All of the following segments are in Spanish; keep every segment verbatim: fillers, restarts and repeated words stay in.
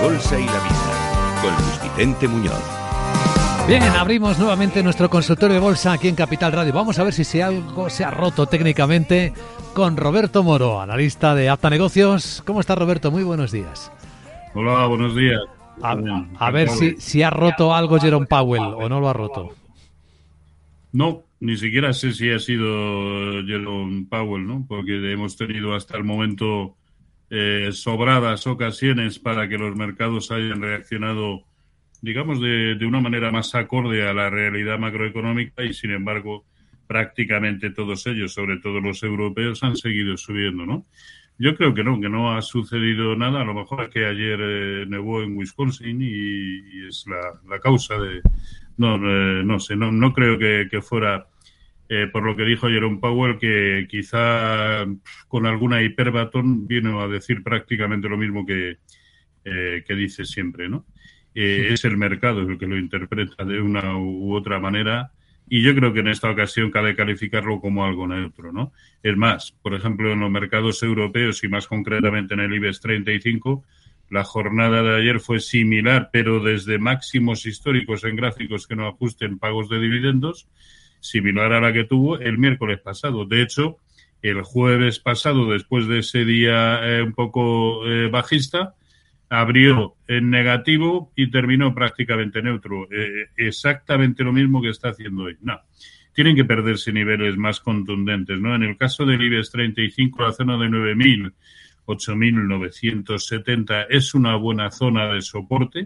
bolsa y la vida, con Luis Vicente Muñoz. Bien, abrimos nuevamente nuestro consultorio de bolsa aquí en Capital Radio. Vamos a ver si se algo se ha roto técnicamente con Roberto Moro, analista de Apta Negocios. ¿Cómo está, Roberto? Muy buenos días. Hola, buenos días. A, a ver si, si ha roto algo Jerome Powell o no lo ha roto. No, ni siquiera sé si ha sido Jerome Powell, ¿no? Porque hemos tenido hasta el momento eh, sobradas ocasiones para que los mercados hayan reaccionado, digamos, de, de una manera más acorde a la realidad macroeconómica y, sin embargo, prácticamente todos ellos, sobre todo los europeos, han seguido subiendo, ¿no? Yo creo que no, que no ha sucedido nada. A lo mejor es que ayer eh, nevó en Wisconsin y, y es la, la causa de... No, eh, no sé, no, no creo que, que fuera, eh, por lo que dijo Jerome Powell, que quizá con alguna hiperbatón vino a decir prácticamente lo mismo que, eh, que dice siempre, ¿no? Eh, es el mercado el que lo interpreta de una u otra manera y yo creo que en esta ocasión cabe calificarlo como algo neutro, ¿no? Es más, por ejemplo, en los mercados europeos y más concretamente en el IBEX treinta y cinco, la jornada de ayer fue similar, pero desde máximos históricos en gráficos que no ajusten pagos de dividendos, similar a la que tuvo el miércoles pasado. De hecho, el jueves pasado, después de ese día eh, un poco eh, bajista, abrió en negativo y terminó prácticamente neutro. Eh, exactamente lo mismo que está haciendo hoy. No, tienen que perderse niveles más contundentes, ¿no? En el caso del IBEX treinta y cinco, la zona de nueve mil, ocho mil novecientos setenta es una buena zona de soporte.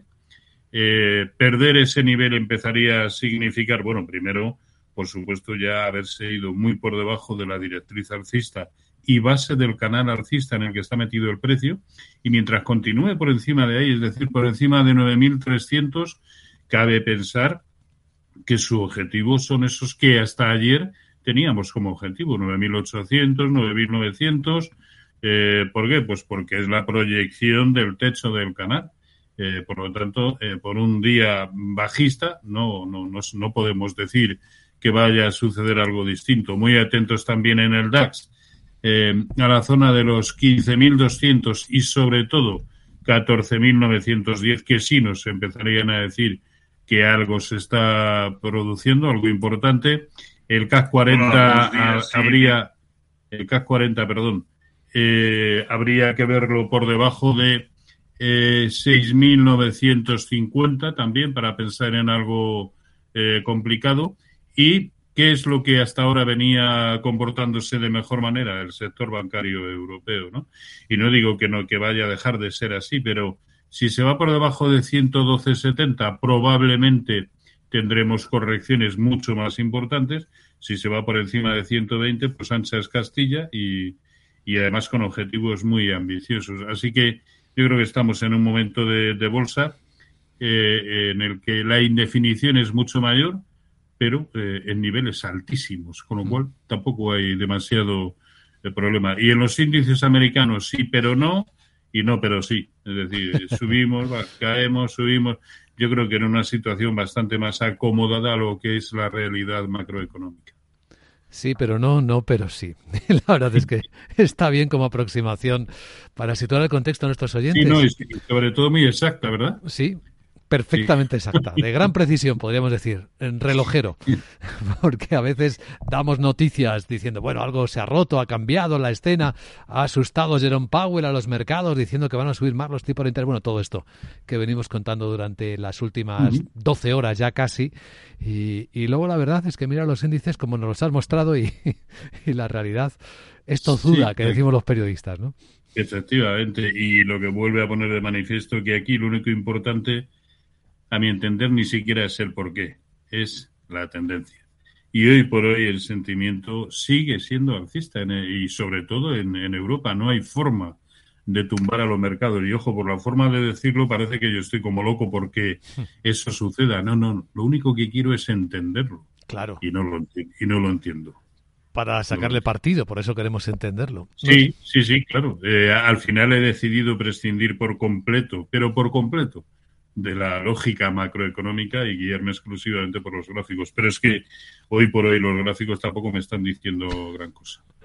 Eh, perder ese nivel empezaría a significar, bueno, primero, por supuesto, ya haberse ido muy por debajo de la directriz alcista y base del canal alcista en el que está metido el precio, y mientras continúe por encima de ahí, es decir, por encima de nueve mil trescientos, cabe pensar que su objetivo son esos que hasta ayer teníamos como objetivo, nueve mil ochocientos, nueve mil novecientos. Eh, ¿Por qué? Pues porque es la proyección del techo del canal. Eh, por lo tanto, eh, por un día bajista, no, no, no, no podemos decir que vaya a suceder algo distinto. Muy atentos también en el DAX, eh, a la zona de los quince mil doscientos y sobre todo catorce mil novecientos diez, que sí nos empezarían a decir que algo se está produciendo, algo importante. El CAC cuarenta días, sí. habría, el CAC cuarenta, perdón, eh, habría que verlo por debajo de eh, seis mil novecientos cincuenta también para pensar en algo eh, complicado. ¿Y qué es lo que hasta ahora venía comportándose de mejor manera? El sector bancario europeo, ¿no? Y no digo que no que vaya a dejar de ser así, pero si se va por debajo de ciento doce setenta, probablemente tendremos correcciones mucho más importantes. Si se va por encima de ciento veinte, pues ancha es Castilla y, y además con objetivos muy ambiciosos. Así que yo creo que estamos en un momento de, de bolsa eh, en el que la indefinición es mucho mayor, pero eh, en niveles altísimos, con lo cual tampoco hay demasiado eh, problema. Y en los índices americanos sí, pero no, y no, pero sí. Es decir, subimos, caemos, subimos. Yo creo que en una situación bastante más acomodada a lo que es la realidad macroeconómica. Sí, pero no, no, pero sí. La verdad es que está bien como aproximación para situar el contexto a nuestros oyentes. Sí, no, y sobre todo muy exacta, ¿verdad? Sí. Perfectamente sí. Exacta, de gran precisión, podríamos decir, en relojero, porque a veces damos noticias diciendo, bueno, algo se ha roto, ha cambiado la escena, ha asustado Jerome Powell a los mercados diciendo que van a subir más los tipos de interés, bueno, todo esto que venimos contando durante las últimas uh-huh. doce horas ya casi, y, y luego la verdad es que mira los índices como nos los has mostrado y, y la realidad es tozuda, sí, que decimos los periodistas, ¿no? Efectivamente, y lo que vuelve a poner de manifiesto que aquí lo único importante, a mi entender, ni siquiera es el porqué, es la tendencia. Y hoy por hoy el sentimiento sigue siendo alcista en, y sobre todo en, en Europa. No hay forma de tumbar a los mercados. Y ojo, por la forma de decirlo parece que yo estoy como loco porque eso suceda. No, no, lo único que quiero es entenderlo. Claro. Y no lo, y no lo entiendo. Para sacarle partido, por eso queremos entenderlo. Sí, sí, sí, claro. Eh, al final he decidido prescindir por completo, pero por completo, de la lógica macroeconómica y guiarme exclusivamente por los gráficos. Pero es que hoy por hoy los gráficos tampoco me están diciendo gran cosa.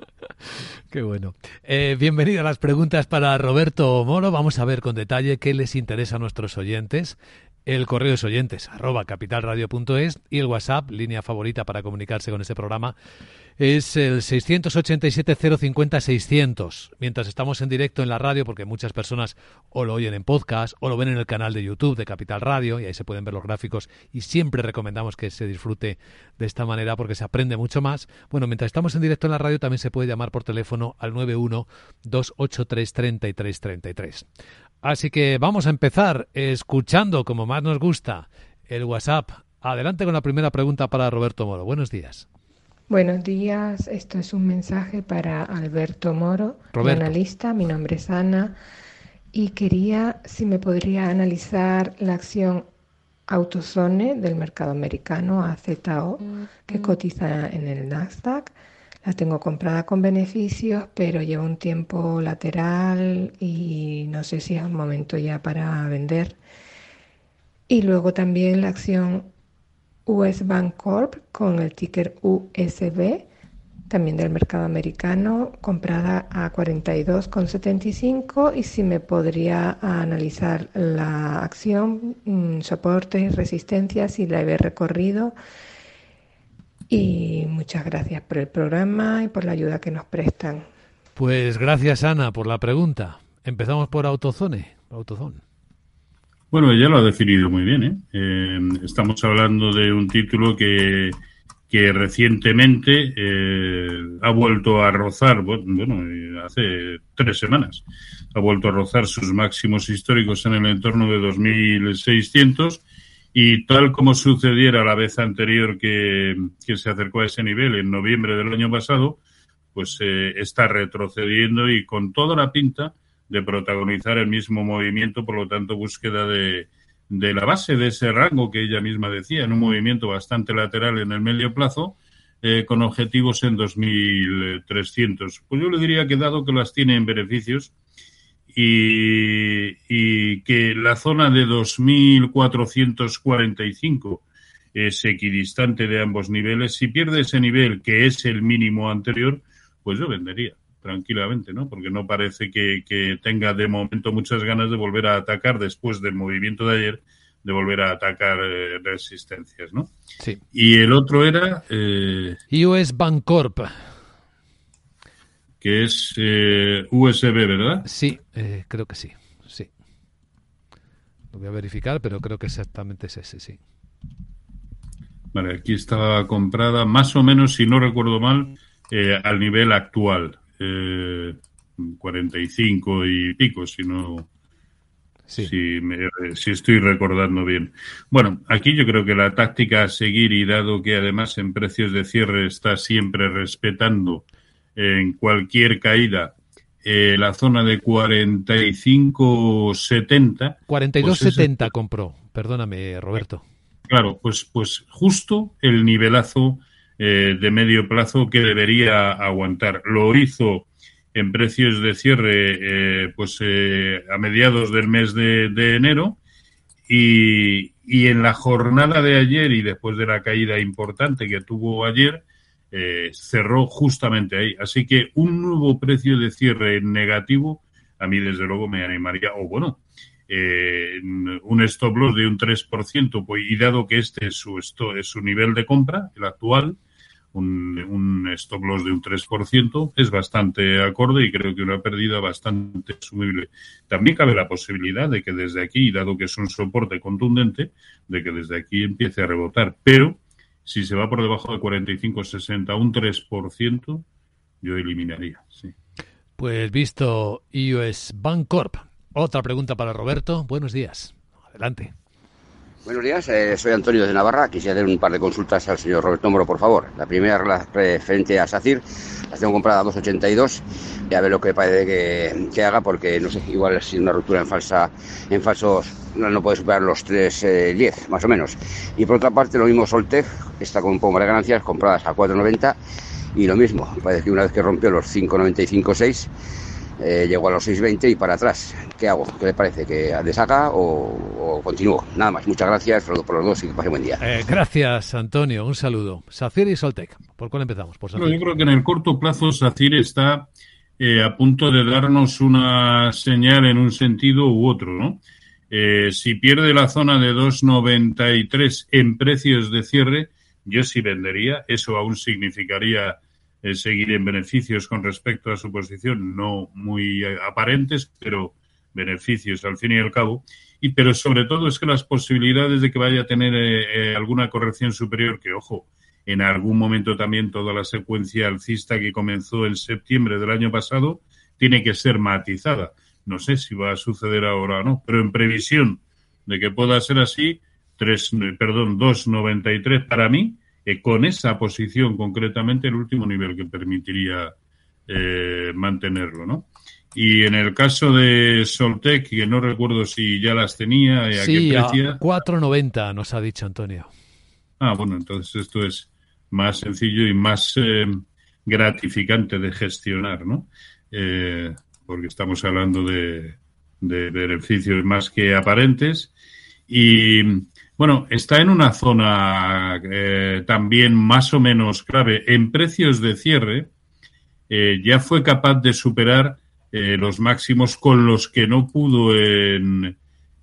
Qué bueno. Eh, bienvenido a las preguntas para Roberto Moro. Vamos a ver con detalle qué les interesa a nuestros oyentes. El correo es oyentes arroba capitalradio punto es y el WhatsApp, línea favorita para comunicarse con este programa, es el seiscientos ochenta y siete cero cincuenta seiscientos. Mientras estamos en directo en la radio, porque muchas personas o lo oyen en podcast o lo ven en el canal de YouTube de Capital Radio, y ahí se pueden ver los gráficos, y siempre recomendamos que se disfrute de esta manera porque se aprende mucho más. Bueno, mientras estamos en directo en la radio también se puede llamar por teléfono al nueve uno dos ocho tres tres tres tres tres. Así que vamos a empezar escuchando, como más nos gusta, el WhatsApp. Adelante con la primera pregunta para Roberto Moro. Buenos días. Buenos días, esto es un mensaje para Alberto Moro, Roberto. analista. Mi nombre es Ana y quería si me podría analizar la acción Autozone del mercado americano A Z O, que cotiza en el Nasdaq. La tengo comprada con beneficios, pero lleva un tiempo lateral y no sé si es un momento ya para vender. Y luego también la acción U S Bancorp con el ticker U S B, también del mercado americano, comprada a cuarenta y dos con setenta y cinco, y si me podría analizar la acción, mmm, soportes, resistencias, si la he recorrido. Y muchas gracias por el programa y por la ayuda que nos prestan. Pues gracias, Ana, por la pregunta. Empezamos por Autozone. Autozone. Bueno, ella lo ha definido muy bien, ¿eh? Eh, estamos hablando de un título que, que recientemente eh, ha vuelto a rozar, bueno, hace tres semanas, ha vuelto a rozar sus máximos históricos en el entorno de dos mil seiscientos. Y tal como sucediera la vez anterior que, que se acercó a ese nivel en noviembre del año pasado, pues eh, está retrocediendo y con toda la pinta de protagonizar el mismo movimiento, por lo tanto búsqueda de, de la base de ese rango que ella misma decía, en un movimiento bastante lateral en el medio plazo, eh, con objetivos en dos mil trescientos. Pues yo le diría que dado que las tiene en beneficios, Y, y que la zona de dos mil cuatrocientos cuarenta y cinco es equidistante de ambos niveles. Si pierde ese nivel, que es el mínimo anterior, pues yo vendería tranquilamente, ¿no? Porque no parece que, que tenga de momento muchas ganas de volver a atacar después del movimiento de ayer, de volver a atacar eh, resistencias, ¿no? Sí. Y el otro era... Eh, U S Bancorp. Que es eh, U S B, ¿verdad? Sí, eh, creo que sí, sí. Lo voy a verificar, pero creo que exactamente es ese, sí. Vale, aquí estaba comprada más o menos, si no recuerdo mal, eh, al nivel actual. Eh, cuarenta y cinco y pico, si no... Sí. Si, me, si estoy recordando bien. Bueno, aquí yo creo que la táctica a seguir, y dado que además en precios de cierre está siempre respetando en cualquier caída eh, la zona de cuarenta y cinco setenta. cuarenta y dos setenta pues compró, perdóname, Roberto. Claro, pues, pues justo el nivelazo eh, de medio plazo que debería aguantar. Lo hizo en precios de cierre eh, pues eh, a mediados del mes de, de enero y, y en la jornada de ayer y después de la caída importante que tuvo ayer, Eh, cerró justamente ahí. Así que un nuevo precio de cierre negativo a mí desde luego me animaría, o bueno, eh, un stop loss de un tres por ciento, pues, y dado que este es su, esto, es su nivel de compra, el actual, un, un stop loss de un tres por ciento es bastante acorde y creo que una pérdida bastante asumible. También cabe la posibilidad de que desde aquí, dado que es un soporte contundente, de que desde aquí empiece a rebotar, pero si se va por debajo de cuarenta y cinco sesenta, un tres por ciento, yo eliminaría, sí. Pues visto U S Bancorp. Otra pregunta para Roberto. Buenos días. Adelante. Buenos días, eh, soy Antonio de Navarra. Quisiera hacer un par de consultas al señor Roberto Moro, por favor. La primera referente a SACIR, la tengo comprada a dos ochenta y dos, y a ver lo que parece que, que haga, porque no sé, igual ha sido una ruptura en falsa, en falsos, no, no puede superar los tres diez, más o menos. Y por otra parte, lo mismo Soltec, que está con un poco más de ganancias, compradas a cuatro noventa, y lo mismo, parece que una vez que rompió los cinco noventa y cinco seis, Eh, llegó a los seis veinte y para atrás. ¿Qué hago? ¿Qué le parece? ¿Que deshaga o, o continúo? Nada más. Muchas gracias por, por los dos y que pase buen día. Eh, gracias, Antonio. Un saludo. SACIR y Soltec. ¿Por cuál empezamos? Por Bueno, yo creo que en el corto plazo SACIR está eh, a punto de darnos una señal en un sentido u otro, ¿no? Eh, si pierde la zona de dos noventa y tres en precios de cierre, yo sí vendería. Eso aún significaría eh, seguir en beneficios con respecto a su posición, no muy eh, aparentes, pero beneficios al fin y al cabo. Y pero sobre todo es que las posibilidades de que vaya a tener eh, eh, alguna corrección superior, que ojo, en algún momento también toda la secuencia alcista que comenzó en septiembre del año pasado tiene que ser matizada. No sé si va a suceder ahora o no, pero en previsión de que pueda ser así, tres, perdón, dos noventa y tres para mí, eh, con esa posición concretamente el último nivel que permitiría eh, mantenerlo, ¿no? Y en el caso de Soltec, que no recuerdo si ya las tenía, ¿a sí, qué precio? A cuatro noventa nos ha dicho Antonio. Ah, bueno, entonces esto es más sencillo y más eh, gratificante de gestionar, ¿no? Eh, porque estamos hablando de, de beneficios más que aparentes. Y, bueno, está en una zona eh, también más o menos clave. En precios de cierre, eh, ya fue capaz de superar eh, los máximos con los que no pudo en...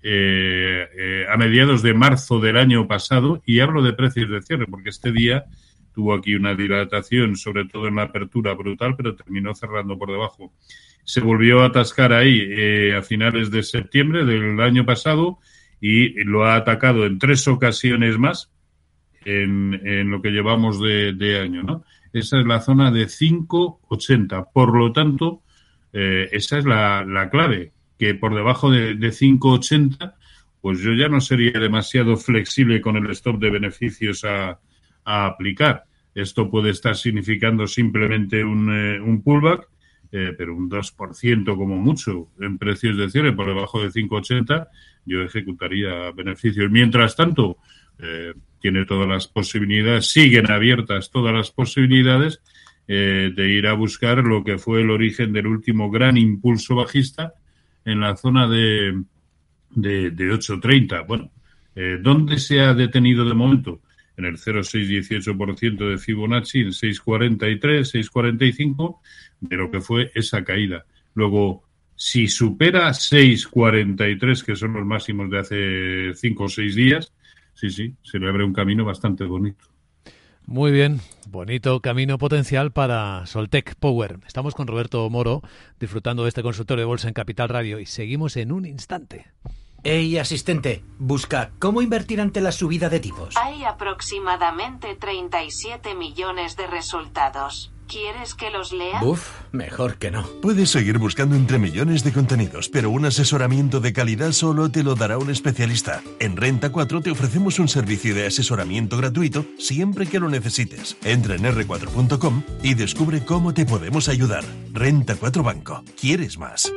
Eh, eh, a mediados de marzo del año pasado, y hablo de precios de cierre porque este día tuvo aquí una dilatación, sobre todo en la apertura brutal, pero terminó cerrando por debajo. Se volvió a atascar ahí eh, a finales de septiembre del año pasado y lo ha atacado en tres ocasiones más en, en lo que llevamos de, de año, ¿no? Esa es la zona de cinco ochenta. Por lo tanto, eh, esa es la, la clave, que por debajo de, de cinco ochenta, pues yo ya no sería demasiado flexible con el stop de beneficios a, a aplicar. Esto puede estar significando simplemente un, eh, un pullback, eh, pero un dos por ciento como mucho en precios de cierre por debajo de cinco ochenta, yo ejecutaría beneficios. Mientras tanto, eh, tiene todas las posibilidades, siguen abiertas todas las posibilidades eh, de ir a buscar lo que fue el origen del último gran impulso bajista, en la zona de, de, de ocho treinta. Bueno, eh, ¿dónde se ha detenido de momento? En el cero coma seiscientos dieciocho por ciento de Fibonacci, en seis cuarenta y tres, seis cuarenta y cinco, de lo que fue esa caída. Luego, si supera seis cuarenta y tres, que son los máximos de hace cinco o seis días, sí, sí, se le abre un camino bastante bonito. Muy bien, bonito camino potencial para Soltec Power. Estamos con Roberto Moro disfrutando de este consultorio de bolsa en Capital Radio y seguimos en un instante. Hey, asistente, busca cómo invertir ante la subida de tipos. Hay aproximadamente treinta y siete millones de resultados. ¿Quieres que los lea? Uf, mejor que no. Puedes seguir buscando entre millones de contenidos, pero un asesoramiento de calidad solo te lo dará un especialista. En Renta cuatro te ofrecemos un servicio de asesoramiento gratuito siempre que lo necesites. Entra en erre cuatro punto com y descubre cómo te podemos ayudar. Renta cuatro Banco. ¿Quieres más?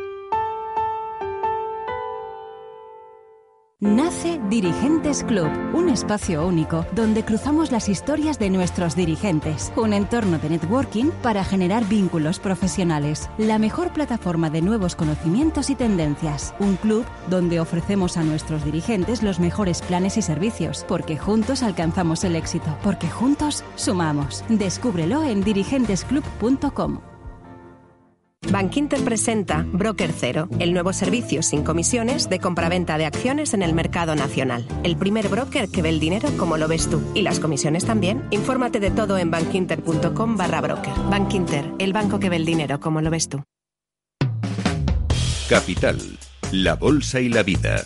Nace Dirigentes Club, un espacio único donde cruzamos las historias de nuestros dirigentes, un entorno de networking para generar vínculos profesionales, la mejor plataforma de nuevos conocimientos y tendencias, un club donde ofrecemos a nuestros dirigentes los mejores planes y servicios, porque juntos alcanzamos el éxito, porque juntos sumamos. Descúbrelo en dirigentes club punto com. Bankinter presenta Broker Cero, el nuevo servicio sin comisiones de compraventa de acciones en el mercado nacional. El primer broker que ve el dinero como lo ves tú. Y las comisiones también. Infórmate de todo en bankinter punto com barra broker. Bankinter, el banco que ve el dinero como lo ves tú. Capital, la bolsa y la vida.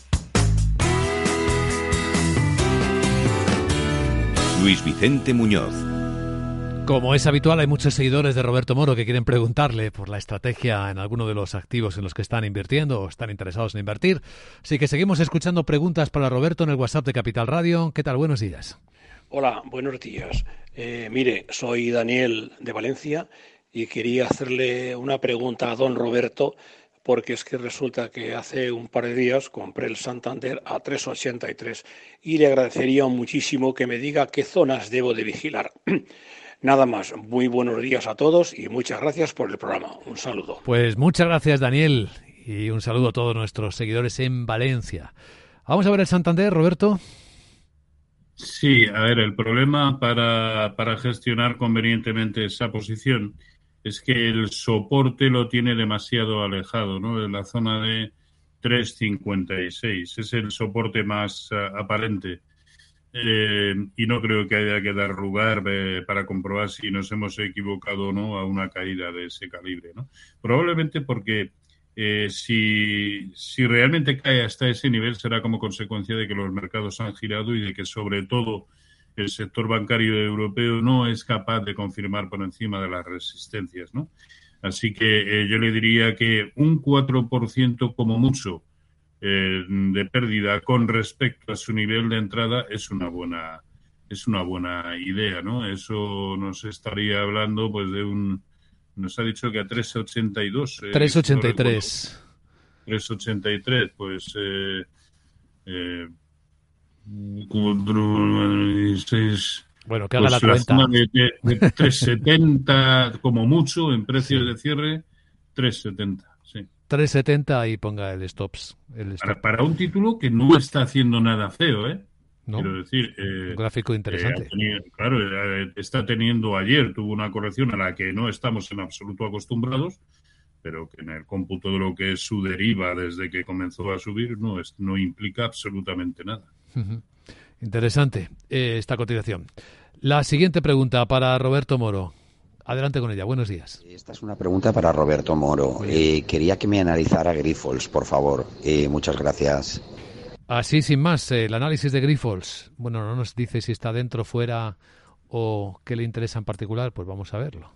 Luis Vicente Muñoz. Como es habitual, hay muchos seguidores de Roberto Moro que quieren preguntarle por la estrategia en alguno de los activos en los que están invirtiendo o están interesados en invertir. Así que seguimos escuchando preguntas para Roberto en el WhatsApp de Capital Radio. ¿Qué tal? Buenos días. Hola, buenos días. Eh, mire, soy Daniel de Valencia y quería hacerle una pregunta a don Roberto, porque es que resulta que hace un par de días compré el Santander a tres ochenta y tres y le agradecería muchísimo que me diga qué zonas debo de vigilar. Nada más, muy buenos días a todos y muchas gracias por el programa. Un saludo. Pues muchas gracias, Daniel, y un saludo a todos nuestros seguidores en Valencia. Vamos a ver el Santander, Roberto. Sí, a ver, el problema para, para gestionar convenientemente esa posición es que el soporte lo tiene demasiado alejado, ¿no? De la zona de tres cincuenta y seis. Es el soporte más uh, aparente. Eh, y no creo que haya que dar lugar eh, para comprobar si nos hemos equivocado o no a una caída de ese calibre, ¿no? Probablemente porque eh, si, si realmente cae hasta ese nivel será como consecuencia de que los mercados han girado y de que sobre todo el sector bancario europeo no es capaz de confirmar por encima de las resistencias, ¿no? Así que eh, yo le diría que un cuatro por ciento como mucho eh, de pérdida con respecto a su nivel de entrada es una buena es una buena idea, ¿no? Eso nos estaría hablando pues de un nos ha dicho que a tres ochenta y dos eh, tres ochenta y tres no tres ochenta y tres pues eh, eh, seis, bueno, que haga pues la cuenta. Zona de, de, de tres setenta como mucho en precios sí. de cierre, tres setenta, sí. tres setenta y ponga el stops. El stop. para, para un título que no está haciendo nada feo, ¿eh? ¿No? Quiero decir, eh, un gráfico interesante. Eh, tenido, claro, eh, está teniendo ayer, tuvo una corrección a la que no estamos en absoluto acostumbrados, pero que en el cómputo de lo que es su deriva desde que comenzó a subir no, es, no implica absolutamente nada. Uh-huh. Interesante eh, esta cotización. La siguiente pregunta para Roberto Moro. Adelante con ella. Buenos días. Esta es una pregunta para Roberto Moro. Eh, quería que me analizara Grifols, por favor. Eh, muchas gracias. Así, sin más, el análisis de Grifols. Bueno, no nos dice si está dentro, fuera o qué le interesa en particular. Pues vamos a verlo.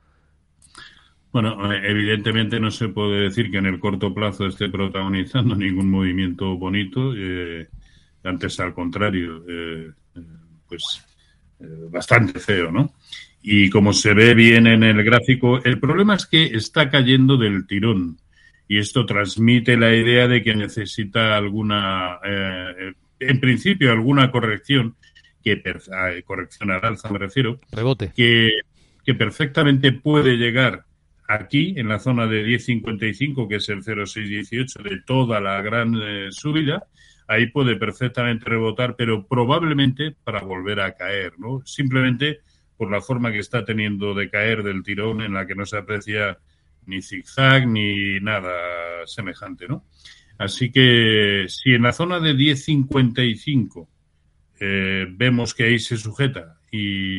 Bueno, evidentemente no se puede decir que en el corto plazo esté protagonizando ningún movimiento bonito. Eh, antes, al contrario, eh, pues eh, bastante feo, ¿no? Y como se ve bien en el gráfico, el problema es que está cayendo del tirón. Y esto transmite la idea de que necesita alguna, eh, en principio, alguna corrección, que eh, corrección al alza me refiero, rebote, que, que perfectamente puede llegar aquí, en la zona de diez cincuenta y cinco, que es el cero seis dieciocho de toda la gran eh, subida. Ahí puede perfectamente rebotar, pero probablemente para volver a caer, ¿no? Simplemente por la forma que está teniendo de caer del tirón, en la que no se aprecia ni zigzag ni nada semejante, ¿no? Así que si en la zona de diez cincuenta y cinco eh, vemos que ahí se sujeta y,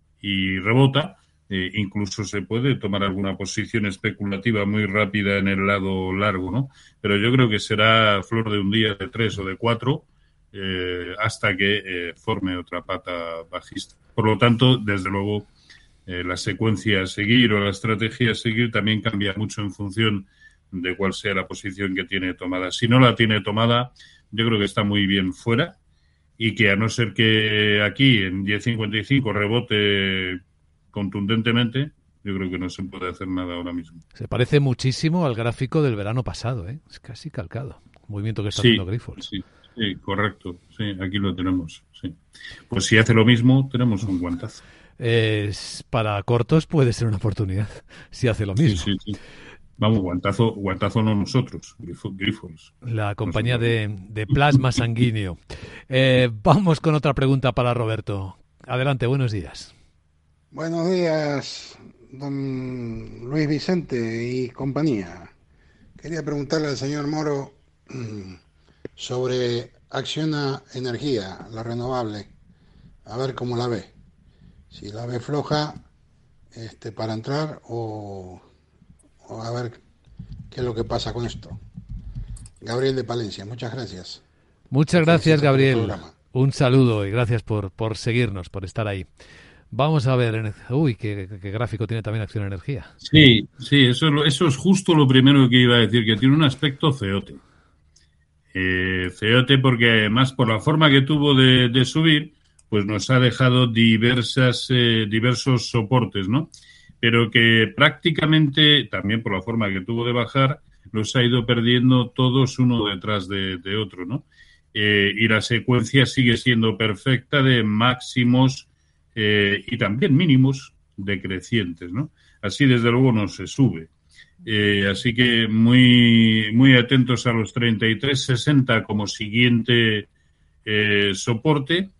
y rebota, eh, incluso se puede tomar alguna posición especulativa muy rápida en el lado largo, ¿no? Pero yo creo que será flor de un día, de tres o de cuatro, eh, hasta que eh, forme otra pata bajista. Por lo tanto, desde luego, Eh, la secuencia a seguir o la estrategia a seguir también cambia mucho en función de cuál sea la posición que tiene tomada. Si no la tiene tomada, yo creo que está muy bien fuera y que a no ser que aquí en diez cincuenta y cinco rebote contundentemente, yo creo que no se puede hacer nada ahora mismo. Se parece muchísimo al gráfico del verano pasado, ¿eh? Es casi calcado. Movimiento que está sí, haciendo Grifols. Sí, sí, correcto. Sí, aquí lo tenemos. Sí. Pues si hace lo mismo, tenemos un guantazo. Eh, para cortos puede ser una oportunidad si hace lo mismo. Sí, sí, sí. Vamos, guantazo, guantazo no nosotros, Grifols. La compañía de, de plasma sanguíneo. Eh, vamos con otra pregunta para Roberto. Adelante, buenos días. Buenos días, don Luis Vicente y compañía. Quería preguntarle al señor Moro sobre Acciona Energía, la renovable, a ver cómo la ve. Si la ve floja este, para entrar o, o a ver qué es lo que pasa con esto. Gabriel de Palencia, muchas gracias. Muchas gracias, Gabriel. Un saludo y gracias por, por seguirnos, por estar ahí. Vamos a ver, uy, qué, qué gráfico tiene también Acciona Energía. Sí, sí, eso es, lo, eso es justo lo primero que iba a decir, que tiene un aspecto feote. Eh, feote porque además por la forma que tuvo de, de subir, pues nos ha dejado diversas, eh, diversos soportes, ¿no? Pero que prácticamente, también por la forma que tuvo de bajar, los ha ido perdiendo todos uno detrás de, de otro, ¿no? Eh, y la secuencia sigue siendo perfecta de máximos eh, y también mínimos decrecientes, ¿no? Así, desde luego, no se sube. Eh, así que muy, muy atentos a los treinta y tres sesenta como siguiente eh, soporte.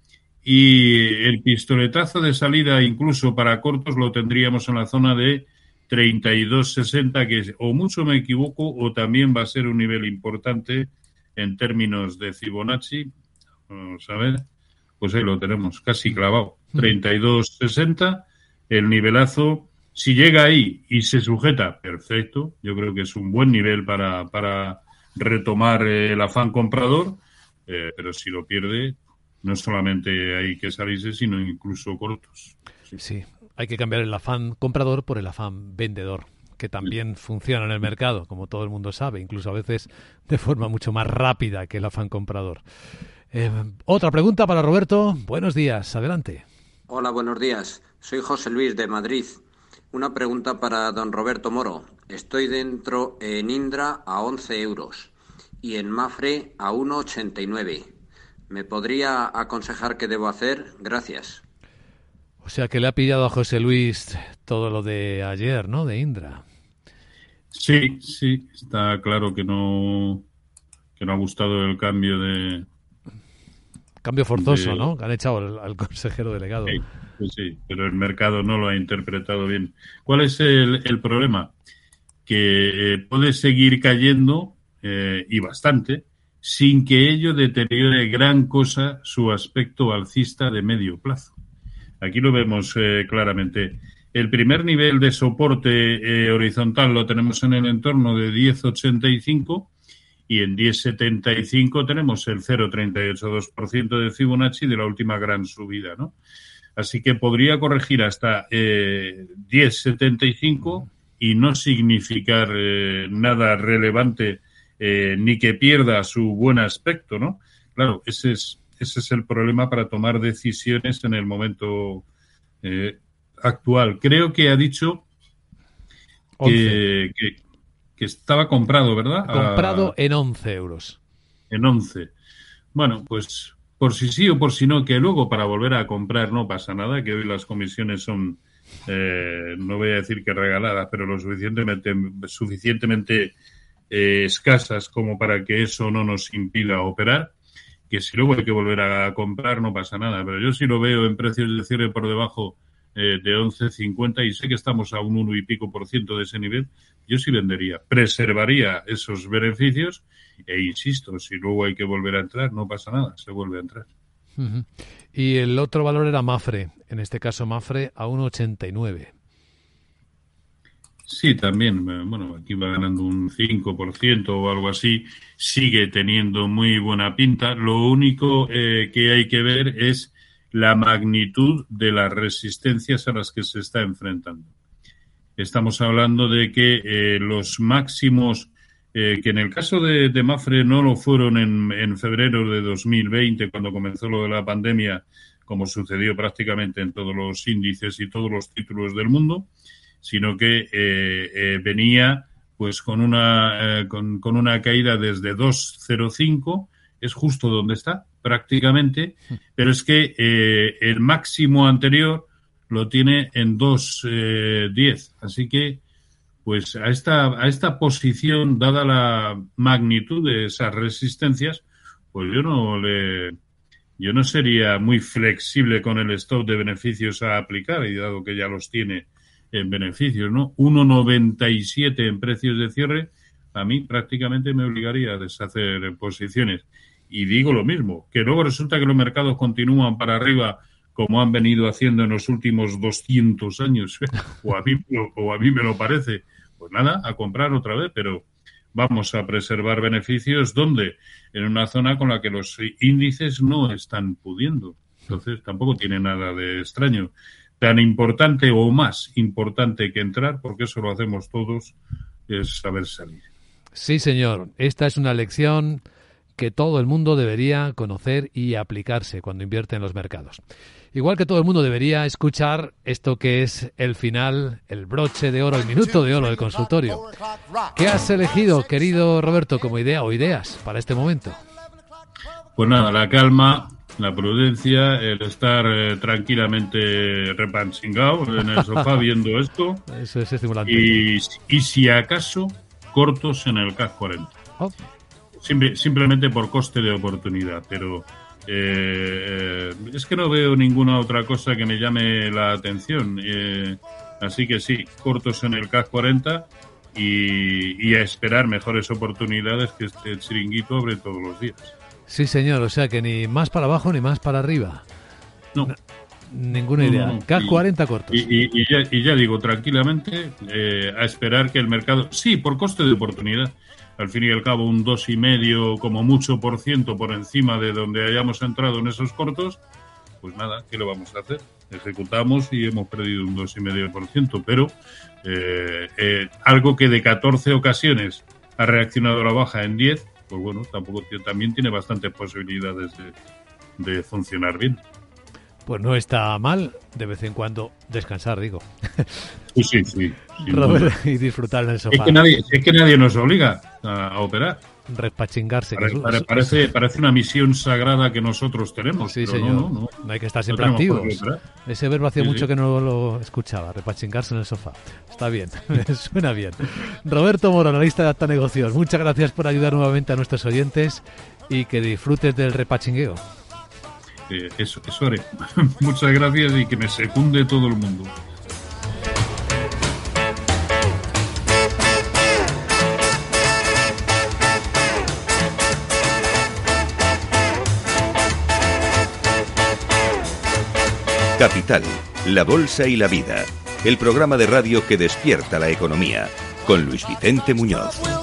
y el pistoletazo de salida incluso para cortos lo tendríamos en la zona de treinta y dos sesenta, que o mucho me equivoco o también va a ser un nivel importante en términos de Fibonacci. Vamos a ver, pues ahí lo tenemos, casi clavado. treinta y dos sesenta, el nivelazo, si llega ahí y se sujeta, perfecto. Yo creo que es un buen nivel para, para retomar el afán comprador, eh, pero si lo pierde, no solamente hay que salirse, sino incluso cortos. Sí. sí, hay que cambiar el afán comprador por el afán vendedor, que también sí. funciona en el mercado, como todo el mundo sabe, incluso a veces de forma mucho más rápida que el afán comprador. Eh, otra pregunta para Roberto. Buenos días, adelante. Hola, buenos días. Soy José Luis de Madrid. Una pregunta para don Roberto Moro. Estoy dentro en Indra a once euros y en Mafre a uno ochenta y nueve. ¿Me podría aconsejar qué debo hacer? Gracias. O sea que le ha pillado a José Luis todo lo de ayer, ¿no? De Indra. Sí, sí. Está claro que no, que no ha gustado el cambio de... Cambio forzoso, de... ¿no? Que han echado al, al consejero delegado. Sí, pues sí, pero el mercado no lo ha interpretado bien. ¿Cuál es el, el problema? Que eh, puede seguir cayendo, eh, y bastante, sin que ello deteriore gran cosa su aspecto alcista de medio plazo. Aquí lo vemos eh, claramente. El primer nivel de soporte eh, horizontal lo tenemos en el entorno de diez ochenta y cinco y en diez setenta y cinco tenemos el cero coma treinta y ocho dos por ciento de Fibonacci de la última gran subida, ¿no? Así que podría corregir hasta eh, diez setenta y cinco y no significar eh, nada relevante, eh, ni que pierda su buen aspecto, ¿no? Claro, ese es ese es el problema para tomar decisiones en el momento eh, actual. Creo que ha dicho que, que, que estaba comprado, ¿verdad? Comprado a, en once euros. En once. Bueno, pues por si sí o por si no, que luego para volver a comprar no pasa nada, que hoy las comisiones son, eh, no voy a decir que regaladas, pero lo suficientemente, suficientemente eh, escasas como para que eso no nos impida operar. Que si luego hay que volver a comprar no pasa nada, pero yo sí lo veo en precios de cierre por debajo eh, de once cincuenta y sé que estamos a un uno y pico por ciento de ese nivel, yo sí vendería, preservaría esos beneficios e insisto, si luego hay que volver a entrar no pasa nada, se vuelve a entrar. Uh-huh. Y el otro valor era Mafre, en este caso Mafre a uno ochenta y nueve. Sí, también, bueno, aquí va ganando un cinco por ciento o algo así, sigue teniendo muy buena pinta. Lo único eh, que hay que ver es la magnitud de las resistencias a las que se está enfrentando. Estamos hablando de que eh, los máximos, eh, que en el caso de, de Mafre no lo fueron en, en febrero de dos mil veinte, cuando comenzó lo de la pandemia, como sucedió prácticamente en todos los índices y todos los títulos del mundo, sino que eh, eh, venía pues con una eh, con, con una caída desde dos cero cinco, es justo donde está prácticamente, pero es que eh, el máximo anterior lo tiene en dos diez, así que pues a esta a esta posición, dada la magnitud de esas resistencias, pues yo no le yo no sería muy flexible con el stop de beneficios a aplicar, y dado que ya los tiene en beneficios, ¿no? uno noventa y siete en precios de cierre, a mí prácticamente me obligaría a deshacer posiciones. Y digo lo mismo, que luego resulta que los mercados continúan para arriba como han venido haciendo en los últimos doscientos años, o a mí, o a mí me lo parece. Pues nada, a comprar otra vez, pero vamos a preservar beneficios, ¿dónde? En una zona con la que los índices no están pudiendo. Entonces tampoco tiene nada de extraño. Tan importante o más importante que entrar, porque eso lo hacemos todos, es saber salir. Sí, señor. Esta es una lección que todo el mundo debería conocer y aplicarse cuando invierte en los mercados. Igual que todo el mundo debería escuchar esto que es el final, el broche de oro, el minuto de oro del consultorio. ¿Qué has elegido, querido Roberto, como idea o ideas para este momento? Pues nada, la calma, la prudencia, el estar eh, tranquilamente repanchingado en el sofá viendo esto. Eso es estimulante. Y, y si acaso, cortos en el C A C cuarenta. Oh. Simple, simplemente por coste de oportunidad, pero Eh, es que no veo ninguna otra cosa que me llame la atención. Eh, así que sí, cortos en el C A C cuarenta y, y a esperar mejores oportunidades, que este chiringuito abre todos los días. Sí, señor, o sea que ni más para abajo ni más para arriba. No. no ninguna no, idea. No, no. C A C cuarenta cortos. Y, y, y, ya, y ya digo, tranquilamente, eh, a esperar que el mercado... Sí, por coste de oportunidad. Al fin y al cabo, un dos y medio, como mucho por ciento por encima de donde hayamos entrado en esos cortos, pues nada, ¿qué le vamos a hacer? Ejecutamos y hemos perdido un dos y medio por ciento, pero eh, eh, algo que de catorce ocasiones ha reaccionado a la baja en diez, pues bueno, tampoco también tiene bastantes posibilidades de, de funcionar bien. Pues no está mal de vez en cuando descansar, digo. Sí, sí, sí. Robert, y disfrutar en el sofá. Es que nadie, es que nadie nos obliga a, a operar. Repachingarse. Pare, que pare, parece, parece una misión sagrada que nosotros tenemos. Sí, pero señor. No, no, no. no hay que estar siempre no activos. Que Ese verbo hacía sí, mucho sí. que no lo escuchaba. Repachingarse en el sofá. Está bien, suena bien. Roberto Moro, analista de Acta Negocios. Muchas gracias por ayudar nuevamente a nuestros oyentes y que disfrutes del repachingueo. Eh, eso, eso haré. Muchas gracias y que me secunde todo el mundo. Capital, la Bolsa y la Vida. El programa de radio que despierta la economía. Con Luis Vicente Muñoz.